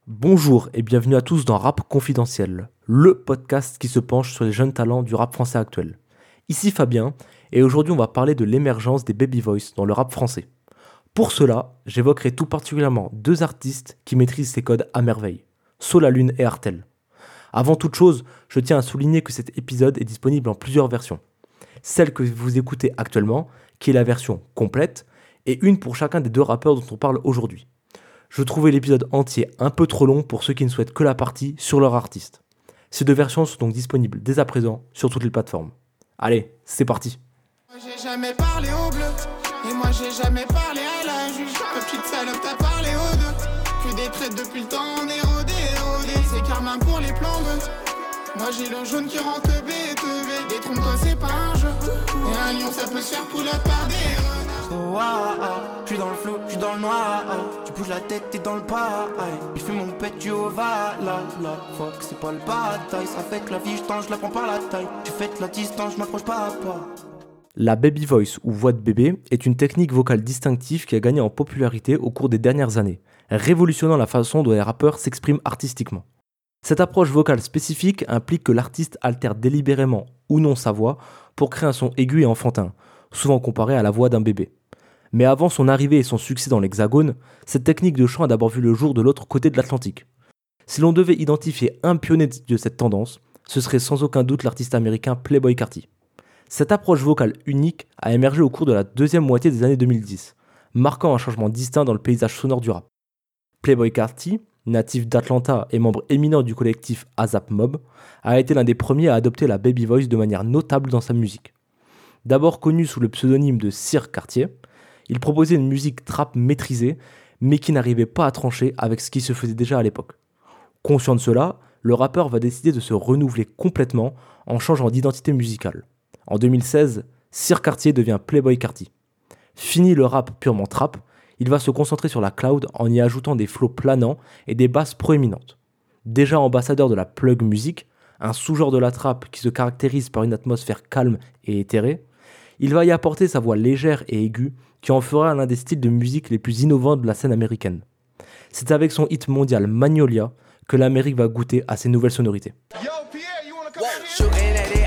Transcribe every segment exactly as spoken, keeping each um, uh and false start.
Bonjour et bienvenue à tous dans Rap Confidentiel, le podcast qui se penche sur les jeunes talents du rap français actuel. Ici Fabien, et aujourd'hui on va parler de l'émergence des baby voice dans le rap français. Pour cela, j'évoquerai tout particulièrement deux artistes qui maîtrisent ces codes à merveille, Solalune et Artel. Avant toute chose, je tiens à souligner que cet épisode est disponible en plusieurs versions. Celle que vous écoutez actuellement, qui est la version complète, et une pour chacun des deux rappeurs dont on parle aujourd'hui. Je trouvais l'épisode entier un peu trop long pour ceux qui ne souhaitent que la partie sur leur artiste. Ces deux versions sont donc disponibles dès à présent sur toutes les plateformes. Allez, c'est parti. Moi j'ai jamais parlé au bleu, et moi j'ai jamais parlé à la juge. La petite salope t'as parlé aux deux, que des traites depuis le temps on est rodé, rodé. C'est Carmin pour les plans de. Moi j'ai le jaune qui rentre B, B. Détrompe-toi c'est pas un jeu, et un lion ça peut se faire pull up par des renards. Oh, ah, ah, j'suis dans le flou, j'suis dans le noir, ah. Tu bouges la tête, t'es dans le pas, ah. Il fait mon pet, tu au va, là, là. Fuck, c'est pas le bataille, ça fait que la vie, j'tends, j'la prends par la taille. Tu fais de la distance, j'm'approche pas à pas. La baby voice ou voix de bébé est une technique vocale distinctive qui a gagné en popularité au cours des dernières années, révolutionnant la façon dont les rappeurs s'expriment artistiquement. Cette approche vocale spécifique implique que l'artiste altère délibérément ou non sa voix pour créer un son aigu et enfantin, souvent comparé à la voix d'un bébé. Mais avant son arrivée et son succès dans l'Hexagone, cette technique de chant a d'abord vu le jour de l'autre côté de l'Atlantique. Si l'on devait identifier un pionnier de cette tendance, ce serait sans aucun doute l'artiste américain Playboi Carti. Cette approche vocale unique a émergé au cours de la deuxième moitié des années deux mille dix, marquant un changement distinct dans le paysage sonore du rap. Playboi Carti, natif d'Atlanta et membre éminent du collectif ASAP Mob, a été l'un des premiers à adopter la baby voice de manière notable dans sa musique. D'abord connu sous le pseudonyme de Sir Cartier, il proposait une musique trap maîtrisée, mais qui n'arrivait pas à trancher avec ce qui se faisait déjà à l'époque. Conscient de cela, le rappeur va décider de se renouveler complètement en changeant d'identité musicale. En deux mille seize, Sir Cartier devient Playboi Carti. Fini le rap purement trap, il va se concentrer sur la cloud en y ajoutant des flows planants et des basses proéminentes. Déjà ambassadeur de la plug music, un sous-genre de la trap qui se caractérise par une atmosphère calme et éthérée, il va y apporter sa voix légère et aiguë qui en fera l'un des styles de musique les plus innovants de la scène américaine. C'est avec son hit mondial Magnolia que l'Amérique va goûter à ces nouvelles sonorités. Yo Pierre, you wanna come here?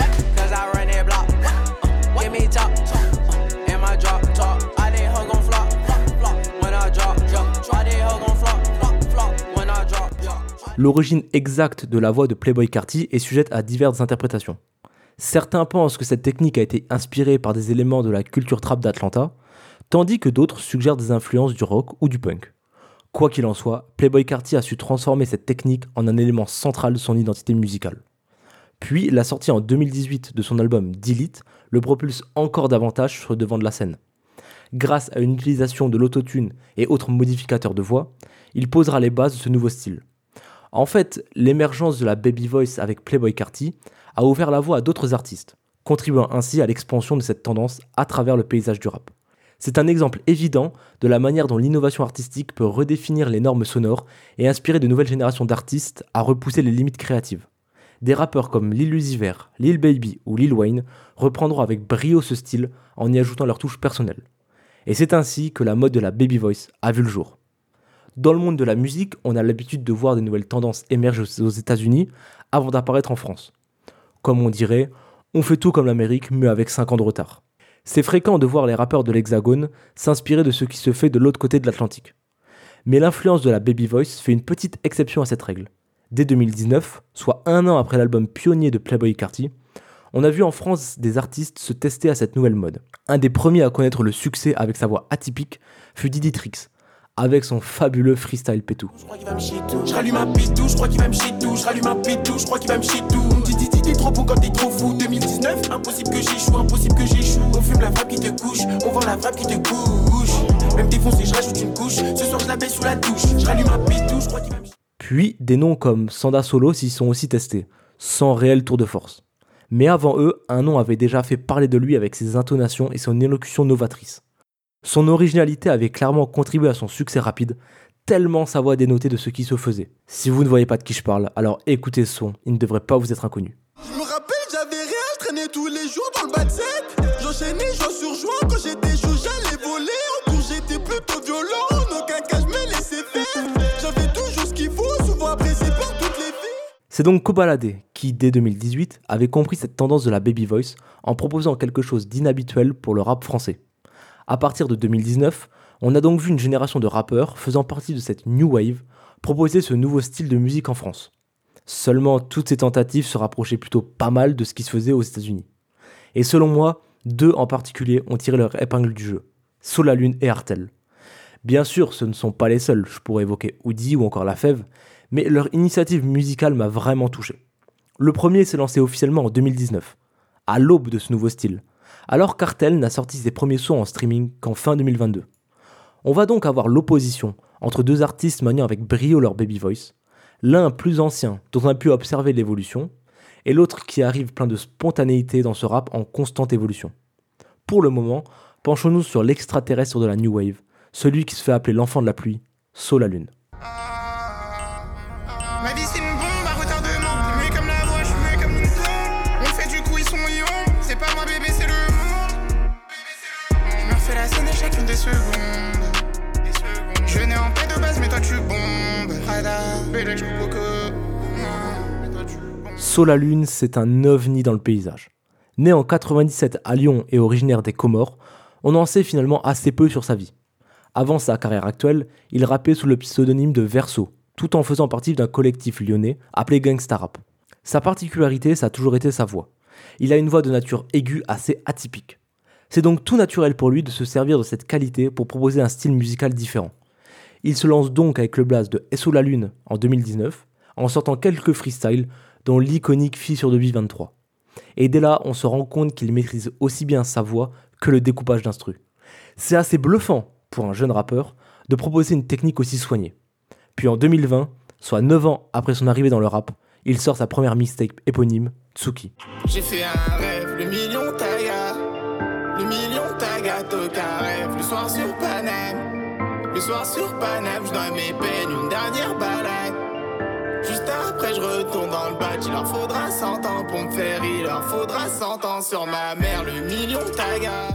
L'origine exacte de la voix de Playboi Carti est sujette à diverses interprétations. Certains pensent que cette technique a été inspirée par des éléments de la culture trap d'Atlanta, tandis que d'autres suggèrent des influences du rock ou du punk. Quoi qu'il en soit, Playboi Carti a su transformer cette technique en un élément central de son identité musicale. Puis, la sortie en deux mille dix-huit de son album Delete le propulse encore davantage sur le devant de la scène. Grâce à une utilisation de l'autotune et autres modificateurs de voix, il posera les bases de ce nouveau style. En fait, l'émergence de la baby voice avec Playboi Carti a ouvert la voie à d'autres artistes, contribuant ainsi à l'expansion de cette tendance à travers le paysage du rap. C'est un exemple évident de la manière dont l'innovation artistique peut redéfinir les normes sonores et inspirer de nouvelles générations d'artistes à repousser les limites créatives. Des rappeurs comme Lil Uzi Vert, Lil Baby ou Lil Wayne reprendront avec brio ce style en y ajoutant leur touche personnelle. Et c'est ainsi que la mode de la baby voice a vu le jour. Dans le monde de la musique, on a l'habitude de voir des nouvelles tendances émerger aux États-Unis avant d'apparaître en France. Comme on dirait, on fait tout comme l'Amérique, mais avec cinq ans de retard. C'est fréquent de voir les rappeurs de l'Hexagone s'inspirer de ce qui se fait de l'autre côté de l'Atlantique. Mais l'influence de la baby voice fait une petite exception à cette règle. Dès deux mille dix-neuf, soit un an après l'album pionnier de Playboi Carti, on a vu en France des artistes se tester à cette nouvelle mode. Un des premiers à connaître le succès avec sa voix atypique fut Diddy Trix, avec son fabuleux freestyle pétou. Je crois qu'il va me chier tout. Je rallume un pitou, je crois qu'il va me chier tout. Je rallume un pitou, je crois qu'il va me chier tout. Didi, Didi, t'es trop bon quand t'es trop fou. deux mille dix-neuf, impossible que j'échoue, impossible que j'échoue. On fume la frappe qui te couche, on vend la frappe qui te couche. Même défoncé, je rajoute une couche. Ce soir, je la baisse sous la douche. Je rallume un pitou, je crois qu'il va me chier. Puis, des noms comme Sanda Solo s'y sont aussi testés, sans réel tour de force. Mais avant eux, un nom avait déjà fait parler de lui avec ses intonations et son élocution novatrice. Son originalité avait clairement contribué à son succès rapide, tellement sa voix dénotait de ce qui se faisait. Si vous ne voyez pas de qui je parle, alors écoutez ce son, il ne devrait pas vous être inconnu. Je me rappelle, j'avais rien, je traînais tous les jours dans le bas de set. J'enchaînais, j'en surjoins, quand j'étais chaud, j'allais voler. En cours, j'étais plutôt violent, en aucun cas, je me laissais faire. J'avais toujours ce qu'il faut. C'est donc Kobalade qui, dès deux mille dix-huit, avait compris cette tendance de la baby voice en proposant quelque chose d'inhabituel pour le rap français. À partir de deux mille dix-neuf, on a donc vu une génération de rappeurs faisant partie de cette new wave proposer ce nouveau style de musique en France. Seulement, toutes ces tentatives se rapprochaient plutôt pas mal de ce qui se faisait aux États-Unis. Et selon moi, deux en particulier ont tiré leur épingle du jeu, Solalune et Artel. Bien sûr, ce ne sont pas les seuls, je pourrais évoquer Oudi ou encore La Fève, mais leur initiative musicale m'a vraiment touché. Le premier s'est lancé officiellement en deux mille dix-neuf, à l'aube de ce nouveau style, alors qu'Artel n'a sorti ses premiers sons en streaming qu'en fin deux mille vingt-deux. On va donc avoir l'opposition entre deux artistes maniant avec brio leur baby voice, l'un plus ancien dont on a pu observer l'évolution, et l'autre qui arrive plein de spontanéité dans ce rap en constante évolution. Pour le moment, penchons-nous sur l'extraterrestre de la new wave, celui qui se fait appeler l'enfant de la pluie, Solalune. Ma vie c'est une bombe à retardement. T'es muet comme la voix, je suis muet comme une tombe. On fait du coup ils sont ions. C'est pas moi bébé, c'est le monde. Je me refais la scène à chacune des secondes. Je n'ai en paix de base mais toi tu bombes. Radar, bébé je coupe au co. Mais toi tu bombes. Solalune, c'est un ovni dans le paysage. Né en quatre-vingt-dix-sept à Lyon et originaire des Comores, on en sait finalement assez peu sur sa vie. Avant sa carrière actuelle, il rappait sous le pseudonyme de Verso, tout en faisant partie d'un collectif lyonnais appelé Gangsta Rap. Sa particularité, ça a toujours été sa voix. Il a une voix de nature aiguë assez atypique. C'est donc tout naturel pour lui de se servir de cette qualité pour proposer un style musical différent. Il se lance donc avec le blaze de Solalune en deux mille dix-neuf, en sortant quelques freestyles, dont l'iconique Fille sur deux bis vingt-trois. Et dès là, on se rend compte qu'il maîtrise aussi bien sa voix que le découpage d'instru. C'est assez bluffant, pour un jeune rappeur, de proposer une technique aussi soignée. Puis en deux mille vingt, soit neuf ans après son arrivée dans le rap, il sort sa première mixtape éponyme, Tsuki. J'ai fait un rêve, le million taga. Le million taga, toca rêve. Le soir sur Paname. Le soir sur Paname, je dois mes peines, une dernière balade. Juste après, je retourne dans le badge. Il leur faudra cent ans pour me faire, il leur faudra cent ans sur ma mère, le million taga.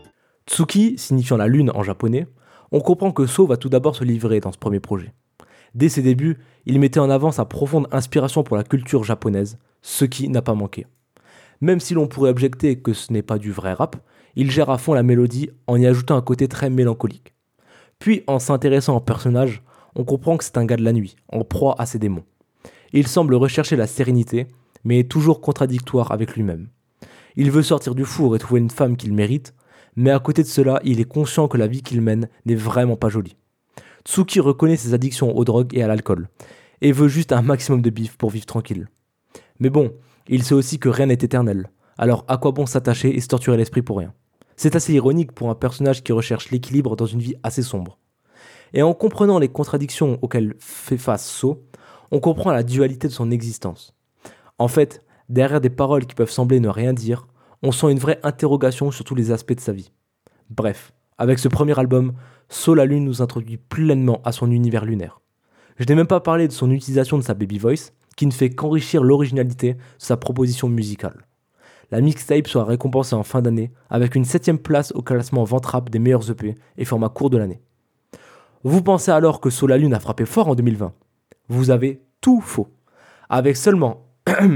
Tsuki, signifiant la lune en japonais, on comprend que So va tout d'abord se livrer dans ce premier projet. Dès ses débuts, il mettait en avant sa profonde inspiration pour la culture japonaise, ce qui n'a pas manqué. Même si l'on pourrait objecter que ce n'est pas du vrai rap, il gère à fond la mélodie en y ajoutant un côté très mélancolique. Puis, en s'intéressant au personnage, on comprend que c'est un gars de la nuit, en proie à ses démons. Il semble rechercher la sérénité, mais est toujours contradictoire avec lui-même. Il veut sortir du four et trouver une femme qu'il mérite, mais à côté de cela, il est conscient que la vie qu'il mène n'est vraiment pas jolie. Tsuki reconnaît ses addictions aux drogues et à l'alcool, et veut juste un maximum de bif pour vivre tranquille. Mais bon, il sait aussi que rien n'est éternel, alors à quoi bon s'attacher et se torturer l'esprit pour rien? C'est assez ironique pour un personnage qui recherche l'équilibre dans une vie assez sombre. Et en comprenant les contradictions auxquelles fait face So, on comprend la dualité de son existence. En fait, derrière des paroles qui peuvent sembler ne rien dire, on sent une vraie interrogation sur tous les aspects de sa vie. Bref, avec ce premier album, Solalune nous introduit pleinement à son univers lunaire. Je n'ai même pas parlé de son utilisation de sa baby voice, qui ne fait qu'enrichir l'originalité de sa proposition musicale. La mixtape sera récompensée en fin d'année avec une septième place au classement Ventrap des meilleurs E P et format court de l'année. Vous pensez alors que Solalune a frappé fort en deux mille vingt? Vous avez tout faux. Avec seulement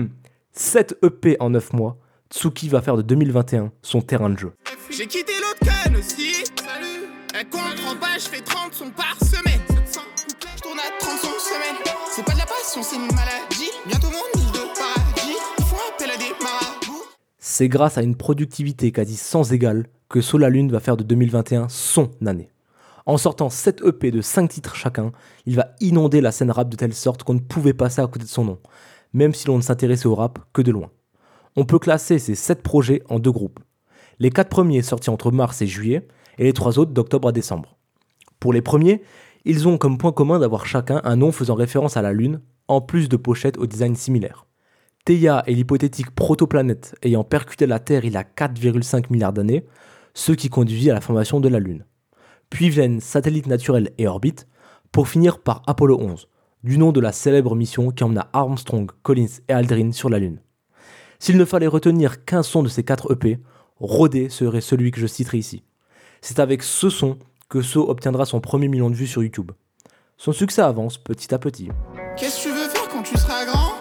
sept E P en neuf mois, Tsuki va faire de deux mille vingt et un son terrain de jeu. J'ai quitté l'autre canne aussi. Salut. Un compte en bas, je fais trente sons par semaine. Je tourne à trente sons semaine. C'est pas de la passion, c'est une maladie. Bientôt mon île de paradis. Ils font appel à des marabouts. C'est grâce à une productivité quasi sans égale que Solalune va faire de deux mille vingt et un son année. En sortant sept E P de cinq titres chacun, il va inonder la scène rap de telle sorte qu'on ne pouvait passer à côté de son nom, même si l'on ne s'intéressait au rap que de loin. On peut classer ces sept projets en deux groupes. Les quatre premiers sortis entre mars et juillet, et les trois autres d'octobre à décembre. Pour les premiers, ils ont comme point commun d'avoir chacun un nom faisant référence à la Lune, en plus de pochettes au design similaire. Theia est l'hypothétique protoplanète ayant percuté la Terre il y a quatre virgule cinq milliards d'années, ce qui conduisit à la formation de la Lune. Puis viennent Satellite naturel et Orbite, pour finir par Apollo onze, du nom de la célèbre mission qui emmena Armstrong, Collins et Aldrin sur la Lune. S'il ne fallait retenir qu'un son de ces quatre E P, Rodé serait celui que je citerai ici. C'est avec ce son que So obtiendra son premier million de vues sur YouTube. Son succès avance petit à petit. Qu'est-ce que tu veux faire quand tu seras grand?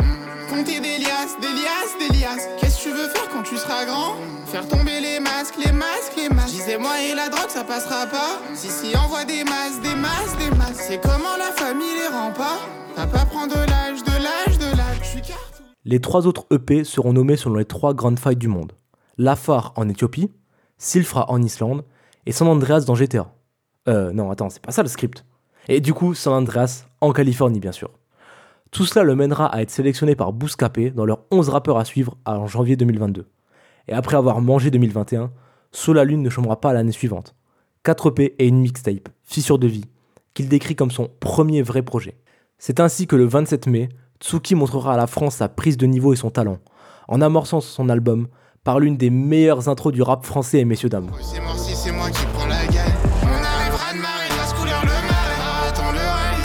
Compter des liasses, des liasses, des liasses. Qu'est-ce que tu veux faire quand tu seras grand? Faire tomber les masques, les masques, les masques. Disais-moi et la drogue ça passera pas. Si si envoie des masses, des masses, des masses. C'est comment la famille les rend pas. Papa prend de l'âge, de l'âge, de l'âge. Je suis carton. Les trois autres E P seront nommés selon les trois grandes failles du monde. Lafar en Éthiopie, Silfra en Islande et San Andreas dans G T A. Euh, non, attends, c'est pas ça le script. Et du coup, San Andreas en Californie, bien sûr. Tout cela le mènera à être sélectionné par Bouscapé dans leurs onze rappeurs à suivre en janvier deux mille vingt-deux. Et après avoir mangé deux mille vingt et un, Solalune ne chômera pas l'année suivante. quatre E P et une mixtape, Fissure de vie, qu'il décrit comme son premier vrai projet. C'est ainsi que le vingt-sept mai, Tsuki montrera à la France sa prise de niveau et son talent, en amorçant son album par l'une des meilleures intros du rap français et messieurs dames. C'est mort si c'est moi qui prends la gagne. On arrivera de marée, de la couleur le mal. Attends le règne.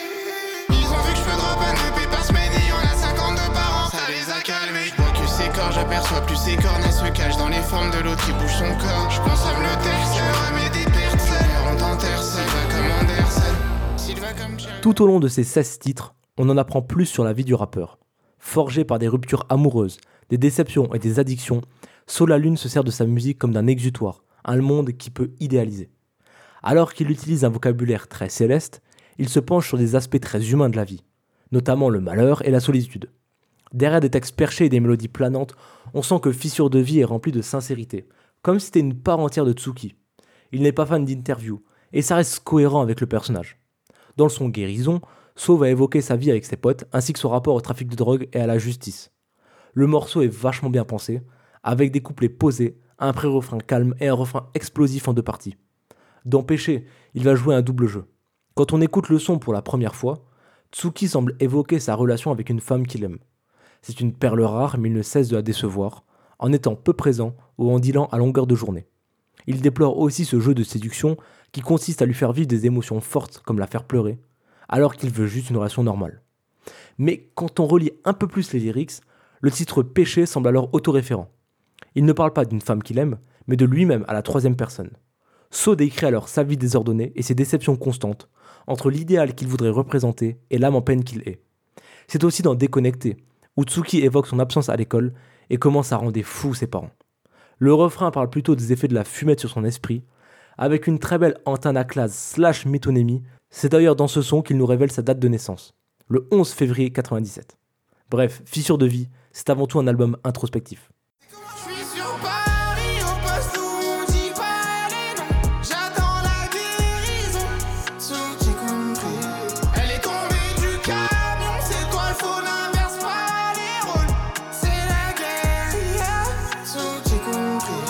Ils ont vu que je peux drop un E P par semaine et y'en a cinquante-deux par an. Ça les a calmés. Je vois que ses corps, j'aperçois plus ses cornes. Elle se cache dans les formes de l'autre qui bouge son corps. Je consomme le terre, je remets des pertes. On t'enterre, ça va comme Anderson. S'il va comme Jack. Tout au long de ces seize titres, on en apprend plus sur la vie du rappeur. Forgé par des ruptures amoureuses, des déceptions et des addictions, Solalune se sert de sa musique comme d'un exutoire, un monde qu'il peut idéaliser. Alors qu'il utilise un vocabulaire très céleste, il se penche sur des aspects très humains de la vie, notamment le malheur et la solitude. Derrière des textes perchés et des mélodies planantes, on sent que Fissure de vie est rempli de sincérité, comme si c'était une part entière de Tsuki. Il n'est pas fan d'interview, et ça reste cohérent avec le personnage. Dans le son Guérison, So va évoquer sa vie avec ses potes, ainsi que son rapport au trafic de drogue et à la justice. Le morceau est vachement bien pensé, avec des couplets posés, un pré-refrain calme et un refrain explosif en deux parties. Dans Péché, il va jouer un double jeu. Quand on écoute le son pour la première fois, Tsuki semble évoquer sa relation avec une femme qu'il aime. C'est une perle rare, mais il ne cesse de la décevoir, en étant peu présent ou en dealant à longueur de journée. Il déplore aussi ce jeu de séduction qui consiste à lui faire vivre des émotions fortes comme la faire pleurer, alors qu'il veut juste une relation normale. Mais quand on relit un peu plus les lyrics, le titre Péché semble alors autoréférent. Il ne parle pas d'une femme qu'il aime, mais de lui-même à la troisième personne. So décrit alors sa vie désordonnée et ses déceptions constantes, entre l'idéal qu'il voudrait représenter et l'âme en peine qu'il est. C'est aussi dans Déconnecté, où Tsuki évoque son absence à l'école et comment ça rendait fou ses parents. Le refrain parle plutôt des effets de la fumette sur son esprit, avec une très belle antanaclase slash mythonémie. C'est d'ailleurs dans ce son qu'il nous révèle sa date de naissance, le onze février quatre-vingt-dix-sept. Bref, Fissure de vie, c'est avant tout un album introspectif. Je suis sur Paris, au poste où on dit pas les noms. J'attends la guérison, tout j'ai compris. Elle est tombée du camion, c'est toi le faux, n'inverse pas les rôles. C'est la guerre, tout j'ai compris.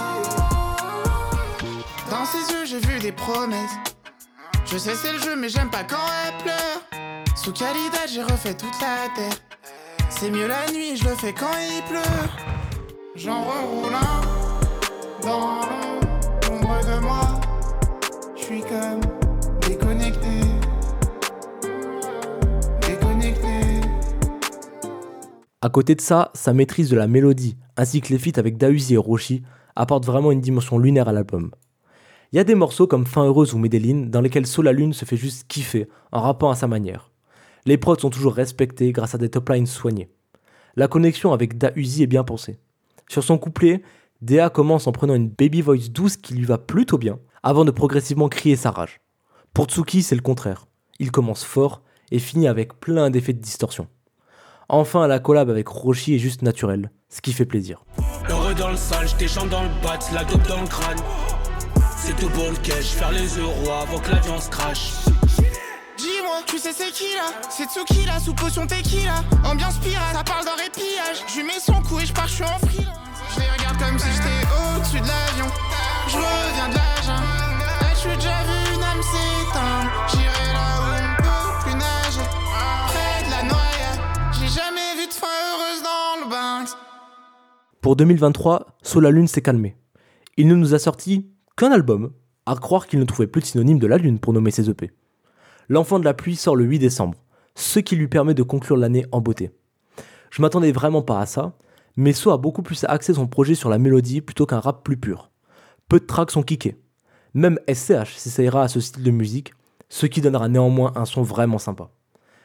Dans ses yeux, j'ai vu des promesses. Je sais c'est le jeu, mais j'aime pas quand elle pleure. Sous Calidad, j'ai refait toute la terre. C'est mieux la nuit, je le fais quand il pleut. J'en reroule un dans l'ombre de moi. Je suis comme déconnecté, déconnecté. À côté de ça, sa maîtrise de la mélodie, ainsi que les feats avec Dausi et Roshi, apportent vraiment une dimension lunaire à l'album. Il y a des morceaux comme Fin heureuse ou Medellin dans lesquels Solalune se fait juste kiffer en rappant à sa manière. Les prods sont toujours respectés grâce à des top lines soignés. La connexion avec Dausi est bien pensée. Sur son couplet, D A commence en prenant une baby voice douce qui lui va plutôt bien, avant de progressivement crier sa rage. Pour Tsuki, c'est le contraire. Il commence fort et finit avec plein d'effets de distorsion. Enfin, la collab avec Roshi est juste naturelle, ce qui fait plaisir. Heureux dans le sale, j'étais jambes dans le bat, la dope dans le crâne. C'est tout pour le cash, faire les euros avant que l'avion se crash. Dis-moi, tu sais c'est qui là? C'est Tsuki là, sous potion tequila. Ambiance pirate, ça parle d'un répillage. Je lui mets son coup et je pars, je suis en freelance. Je les regarde comme si j'étais au-dessus de l'avion. Je reviens de la jungle. Là, je suis déjà vu une âme s'éteindre. J'irai là où on ne peut plus nager. Près de la noyade. J'ai jamais vu de fin heureuse dans le Banks. Pour deux mille vingt-trois, Solalune s'est calmé. Il ne nous a sorti qu'un album, à croire qu'il ne trouvait plus de synonyme de la lune pour nommer ses E P. L'Enfant de la pluie sort le huit décembre, ce qui lui permet de conclure l'année en beauté. Je m'attendais vraiment pas à ça, mais So a beaucoup plus axé son projet sur la mélodie plutôt qu'un rap plus pur. Peu de tracks sont kickés. Même S C H s'essayera à ce style de musique, ce qui donnera néanmoins un son vraiment sympa.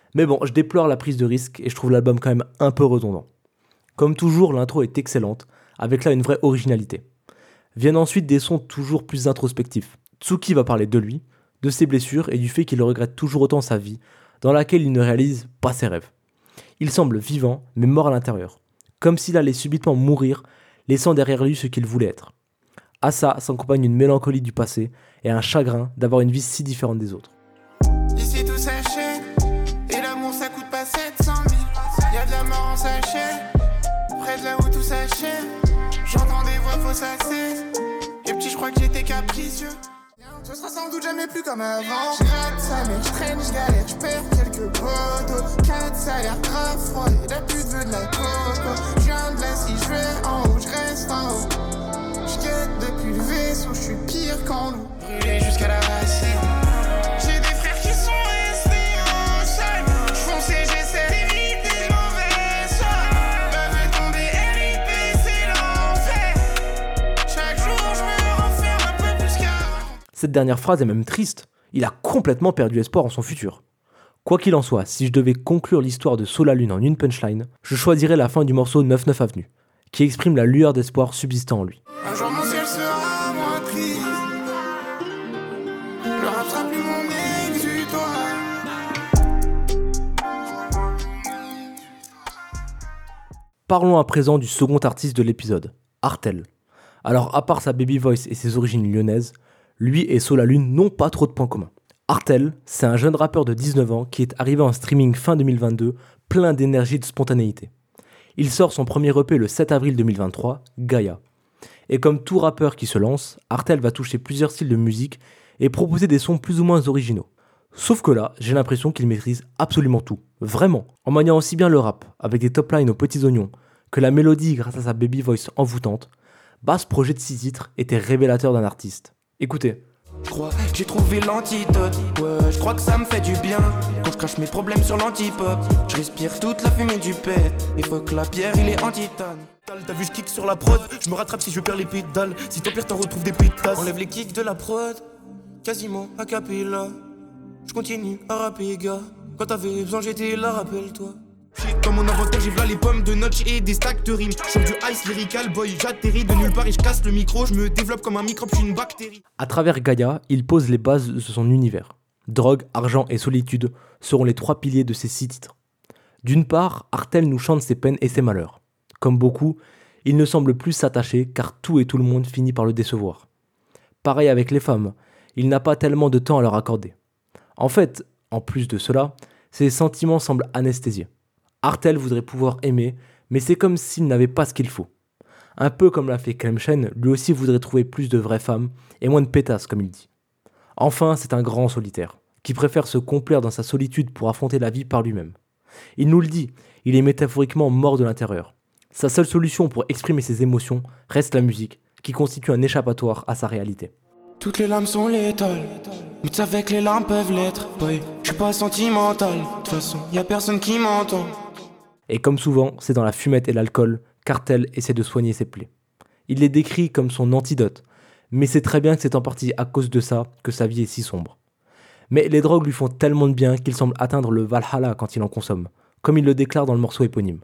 Mais bon, je déplore la prise de risque et je trouve l'album quand même un peu redondant. Comme toujours, l'intro est excellente, avec là une vraie originalité. Viennent ensuite des sons toujours plus introspectifs. Tsuki va parler de lui, de ses blessures et du fait qu'il regrette toujours autant sa vie, dans laquelle il ne réalise pas ses rêves. Il semble vivant, mais mort à l'intérieur, comme s'il allait subitement mourir, laissant derrière lui ce qu'il voulait être. À ça s'accompagne une mélancolie du passé et un chagrin d'avoir une vie si différente des autres. Ici tout s'achète, et l'amour ça coûte pas sept cent mille. Y'a de la mort en sachet, près de là où tout s'achète. J'entends des voix fausses assez, et petit je crois que j'étais capricieux. Ce sera sans doute jamais plus comme avant. J'gratte sa mère, j'traîne, j'galère, j'perds quelques potos. Quatre salaires grave froid, et la pute veut de la coco. J'viens de là si j'vais en haut, j'reste en haut. J'guette depuis le vaisseau, j'suis pire qu'en loup. Brûlé jusqu'à la racine. J'ai des frères qui sont restés en sol. J'fonçais, j'essaie d'éviter le mauvais sort. M'avait tombé R I P, c'est l'enfer. Chaque jour j'me renferme un peu plus qu'avant. Cette dernière phrase est même triste. Il a complètement perdu espoir en son futur. Quoi qu'il en soit, si je devais conclure l'histoire de Solalune en une punchline, je choisirais la fin du morceau neuf neuf Avenue, qui exprime la lueur d'espoir subsistant en lui. Un jour mon ciel sera moins triste. Le rap sera plus mon exutoire. Parlons à présent du second artiste de l'épisode, Artel. Alors à part sa baby voice et ses origines lyonnaises, lui et Solalune n'ont pas trop de points communs. Artel, c'est un jeune rappeur de dix-neuf ans qui est arrivé en streaming fin deux mille vingt-deux, plein d'énergie et de spontanéité. Il sort son premier E P le sept avril deux mille vingt-trois, Gaïa. Et comme tout rappeur qui se lance, Artel va toucher plusieurs styles de musique et proposer des sons plus ou moins originaux. Sauf que là, j'ai l'impression qu'il maîtrise absolument tout, vraiment, en maniant aussi bien le rap, avec des top lines aux petits oignons, que la mélodie grâce à sa baby voice envoûtante. Bah, ce projet de six titres était révélateur d'un artiste. Écoutez. Je crois que j'ai trouvé l'antidote. Ouais, je crois que ça me fait du bien. Quand je crache mes problèmes sur l'antipop, je respire toute la fumée du pet. Et faut que la pierre, il est antitane. T'as vu, je kick sur la prod. Je me rattrape si je perds les pédales. Si ton pire, t'en retrouves des pétasses. Enlève les kicks de la prod. Quasiment a cappella. Je continue à rapper, gars. Quand t'avais besoin, j'étais là, rappelle-toi. Comme mon inventaire, j'ai v'là les pommes de notch et des stacks de rimes. Sur du ice lyrical boy, j'atterris de nulle part et je casse le micro. Je me développe comme un microbe, je suis une bactérie. À travers Gaïa, il pose les bases de son univers. Drogue, argent et solitude seront les trois piliers de ces six titres. D'une part, Artel nous chante ses peines et ses malheurs. Comme beaucoup, il ne semble plus s'attacher car tout et tout le monde finit par le décevoir. Pareil avec les femmes, il n'a pas tellement de temps à leur accorder. En fait, en plus de cela, ses sentiments semblent anesthésiés. Artel voudrait pouvoir aimer, mais c'est comme s'il n'avait pas ce qu'il faut. Un peu comme l'a fait Clemchen, lui aussi voudrait trouver plus de vraies femmes et moins de pétasses, comme il dit. Enfin, c'est un grand solitaire, qui préfère se complaire dans sa solitude pour affronter la vie par lui-même. Il nous le dit, il est métaphoriquement mort de l'intérieur. Sa seule solution pour exprimer ses émotions reste la musique, qui constitue un échappatoire à sa réalité. Toutes les larmes sont létales, mais tu savais que les larmes peuvent l'être. Boy, je suis pas sentimental, de toute façon, y a personne qui m'entend. Et comme souvent, c'est dans la fumette et l'alcool qu'Artel essaie de soigner ses plaies. Il les décrit comme son antidote, mais c'est très bien que c'est en partie à cause de ça que sa vie est si sombre. Mais les drogues lui font tellement de bien qu'il semble atteindre le Valhalla quand il en consomme, comme il le déclare dans le morceau éponyme.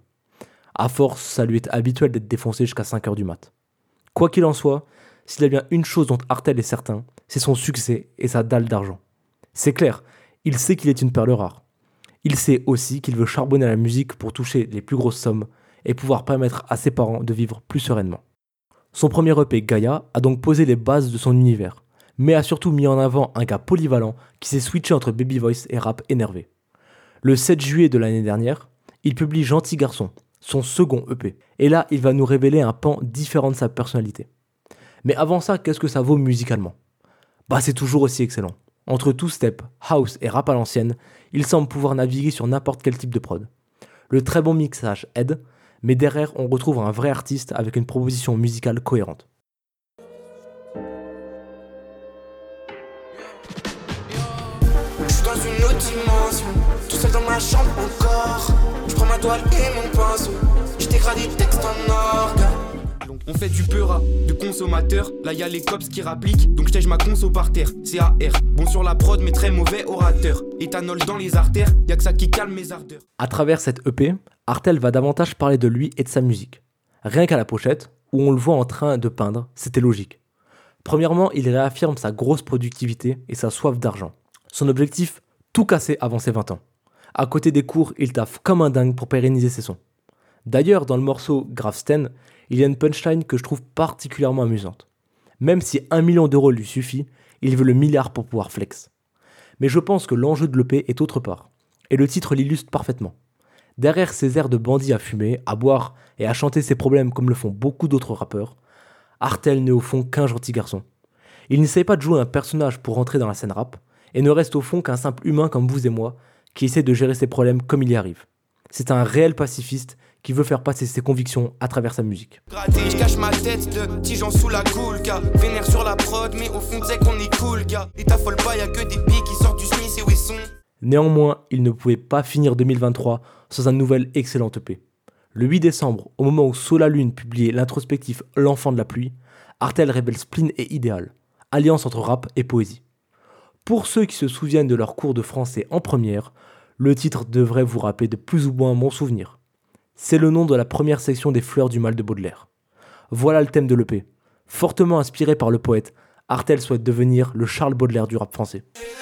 À force, ça lui est habituel d'être défoncé jusqu'à cinq heures du mat. Quoi qu'il en soit, s'il y a bien une chose dont Artel est certain, c'est son succès et sa dalle d'argent. C'est clair, il sait qu'il est une perle rare. Il sait aussi qu'il veut charbonner à la musique pour toucher les plus grosses sommes et pouvoir permettre à ses parents de vivre plus sereinement. Son premier E P, Gaïa, a donc posé les bases de son univers, mais a surtout mis en avant un gars polyvalent qui s'est switché entre baby voice et rap énervé. Le sept juillet de l'année dernière, il publie Gentil Garçon, son second E P, et là il va nous révéler un pan différent de sa personnalité. Mais avant ça, qu'est-ce que ça vaut musicalement ? Bah c'est toujours aussi excellent. Entre two-step, house et rap à l'ancienne, il semble pouvoir naviguer sur n'importe quel type de prod. Le très bon mixage aide, mais derrière on retrouve un vrai artiste avec une proposition musicale cohérente. Je suis dans une autre dimension, tout seul dans ma chambre encore. Je prends ma toile et mon pinceau, je t'écris des textes en orgue. On fait du peura, de consommateur. Là y'a les cops qui rappliquent, donc j'tège ma conso par terre. C A R, bon sur la prod mais très mauvais orateur. Éthanol dans les artères, y'a que ça qui calme mes ardeurs. À travers cette E P, Artel va davantage parler de lui et de sa musique. Rien qu'à la pochette, où on le voit en train de peindre, c'était logique. Premièrement, il réaffirme sa grosse productivité et sa soif d'argent. Son objectif, tout casser avant ses vingt ans. À côté des cours, il taffe comme un dingue pour pérenniser ses sons. D'ailleurs, dans le morceau Gravsten, il y a une punchline que je trouve particulièrement amusante. Même si un million d'euros lui suffit, il veut le milliard pour pouvoir flex. Mais je pense que l'enjeu de l'E P est autre part, et le titre l'illustre parfaitement. Derrière ses airs de bandit à fumer, à boire et à chanter ses problèmes comme le font beaucoup d'autres rappeurs, Artel n'est au fond qu'un gentil garçon. Il n'essaye pas de jouer un personnage pour rentrer dans la scène rap, et ne reste au fond qu'un simple humain comme vous et moi, qui essaie de gérer ses problèmes comme il y arrive. C'est un réel pacifiste qui veut faire passer ses convictions à travers sa musique. Gratté, je cache ma tête de petits gens sous la cool, gars. Vénère sur la prod, mais au fond t'sais qu'on est cool, gars. Et t'affole pas, y'a que des billes qui sortent du Smith et Wesson. Néanmoins, il ne pouvait pas finir deux mille vingt-trois sans un nouvel excellent E P. Le huit décembre, au moment où Solalune publiait l'introspectif L'Enfant de la Pluie, Artel révèle Spleen et Idéal, alliance entre rap et poésie. Pour ceux qui se souviennent de leur cours de français en première, le titre devrait vous rappeler de plus ou moins mon souvenir. C'est le nom de la première section des Fleurs du Mal de Baudelaire. Voilà le thème de l'E P. Fortement inspiré par le poète, Artel souhaite devenir le Charles Baudelaire du rap français.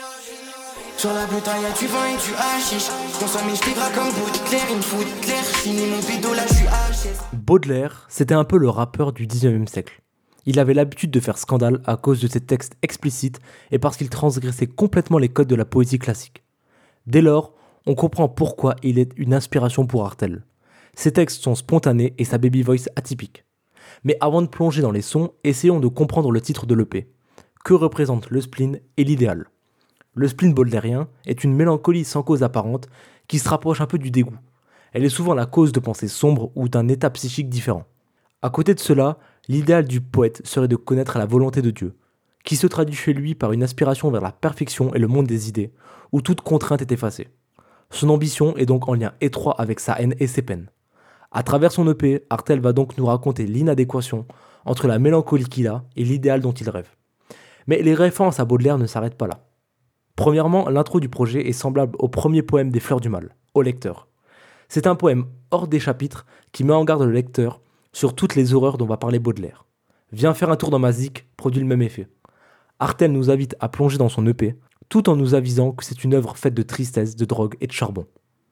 Sur la bouteille y'a du vin et du hashish. Consomme et j't'ai gras comme Baudelaire. Il me fout de clair, j'finis mon pédo là j'suis H S. Baudelaire, c'était un peu le rappeur du dix-neuvième siècle. Il avait l'habitude de faire scandale à cause de ses textes explicites et parce qu'il transgressait complètement les codes de la poésie classique. Dès lors, on comprend pourquoi il est une inspiration pour Artel. Ses textes sont spontanés et sa baby voice atypique. Mais avant de plonger dans les sons, essayons de comprendre le titre de l'E P. Que représentent le spleen et l'idéal ? Le spleen baudelairien est une mélancolie sans cause apparente qui se rapproche un peu du dégoût. Elle est souvent la cause de pensées sombres ou d'un état psychique différent. À côté de cela, l'idéal du poète serait de connaître la volonté de Dieu, qui se traduit chez lui par une aspiration vers la perfection et le monde des idées, où toute contrainte est effacée. Son ambition est donc en lien étroit avec sa haine et ses peines. À travers son E P, Artel va donc nous raconter l'inadéquation entre la mélancolie qu'il a et l'idéal dont il rêve. Mais les références à Baudelaire ne s'arrêtent pas là. Premièrement, l'intro du projet est semblable au premier poème des Fleurs du Mal, Au lecteur. C'est un poème hors des chapitres qui met en garde le lecteur sur toutes les horreurs dont va parler Baudelaire. Viens faire un tour dans ma zik produit le même effet. Artel nous invite à plonger dans son E P, tout en nous avisant que c'est une œuvre faite de tristesse, de drogue et de charbon.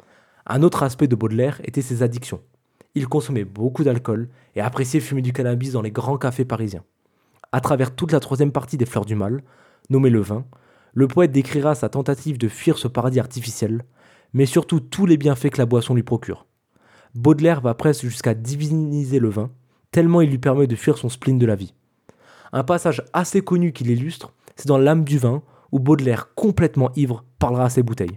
Un autre aspect de Baudelaire était ses addictions. Il consommait beaucoup d'alcool et appréciait fumer du cannabis dans les grands cafés parisiens. À travers toute la troisième partie des Fleurs du Mal, nommée le vin, le poète décrira sa tentative de fuir ce paradis artificiel, mais surtout tous les bienfaits que la boisson lui procure. Baudelaire va presque jusqu'à diviniser le vin, tellement il lui permet de fuir son spleen de la vie. Un passage assez connu qui l'illustre, c'est dans L'âme du vin, où Baudelaire, complètement ivre, parlera à ses bouteilles.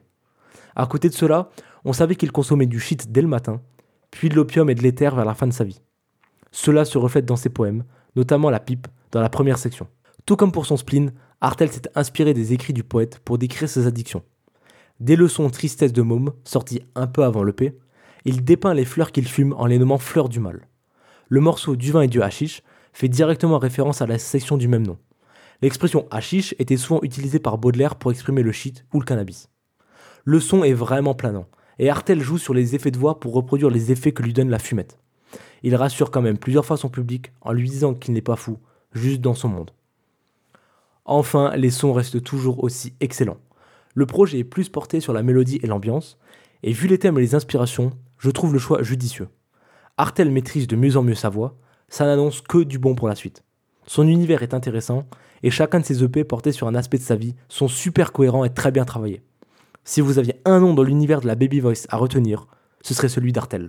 À côté de cela, on savait qu'il consommait du shit dès le matin, puis de l'opium et de l'éther vers la fin de sa vie. Cela se reflète dans ses poèmes, notamment la pipe, dans la première section. Tout comme pour son spleen, Artel s'est inspiré des écrits du poète pour décrire ses addictions. Dès le son Tristesse de Môme, sorti un peu avant l'E P, il dépeint les fleurs qu'il fume en les nommant Fleurs du Mal. Le morceau Du vin et du hashish fait directement référence à la section du même nom. L'expression hashish était souvent utilisée par Baudelaire pour exprimer le shit ou le cannabis. Le son est vraiment planant, et Artel joue sur les effets de voix pour reproduire les effets que lui donne la fumette. Il rassure quand même plusieurs fois son public en lui disant qu'il n'est pas fou, juste dans son monde. Enfin, les sons restent toujours aussi excellents. Le projet est plus porté sur la mélodie et l'ambiance, et vu les thèmes et les inspirations, je trouve le choix judicieux. Artel maîtrise de mieux en mieux sa voix, ça n'annonce que du bon pour la suite. Son univers est intéressant, et chacun de ses E P portés sur un aspect de sa vie sont super cohérents et très bien travaillés. Si vous aviez un nom dans l'univers de la baby voice à retenir, ce serait celui d'Artel.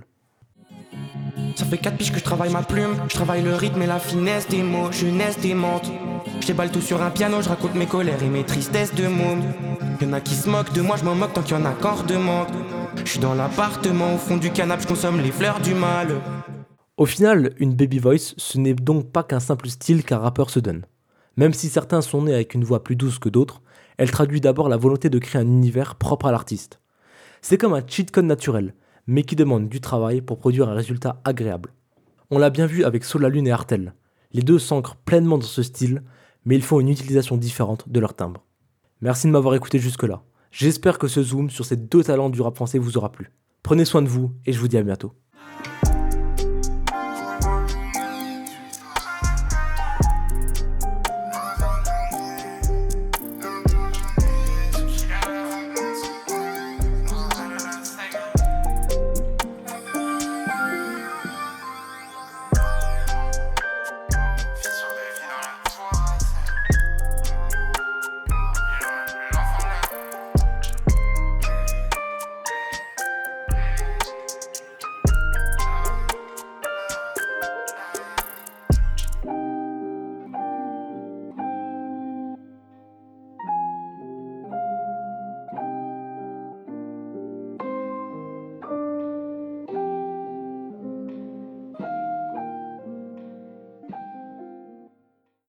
Ça fait quatre piges que je travaille ma plume, je travaille le rythme et la finesse des mots, jeunesse démente. Je déballe tout sur un piano, je raconte mes colères et mes tristesses de môme. Y'en a qui se moquent de moi, je m'en moque tant qu'il y en a qu'en redemande. Je suis dans l'appartement, au fond du canapé, je consomme les fleurs du mal. Au final, une baby voice, ce n'est donc pas qu'un simple style qu'un rappeur se donne. Même si certains sont nés avec une voix plus douce que d'autres, elle traduit d'abord la volonté de créer un univers propre à l'artiste. C'est comme un cheat code naturel, mais qui demande du travail pour produire un résultat agréable. On l'a bien vu avec Solalune et Artel. Les deux s'ancrent pleinement dans ce style, mais ils font une utilisation différente de leur timbre. Merci de m'avoir écouté jusque-là. J'espère que ce zoom sur ces deux talents du rap français vous aura plu. Prenez soin de vous et je vous dis à bientôt.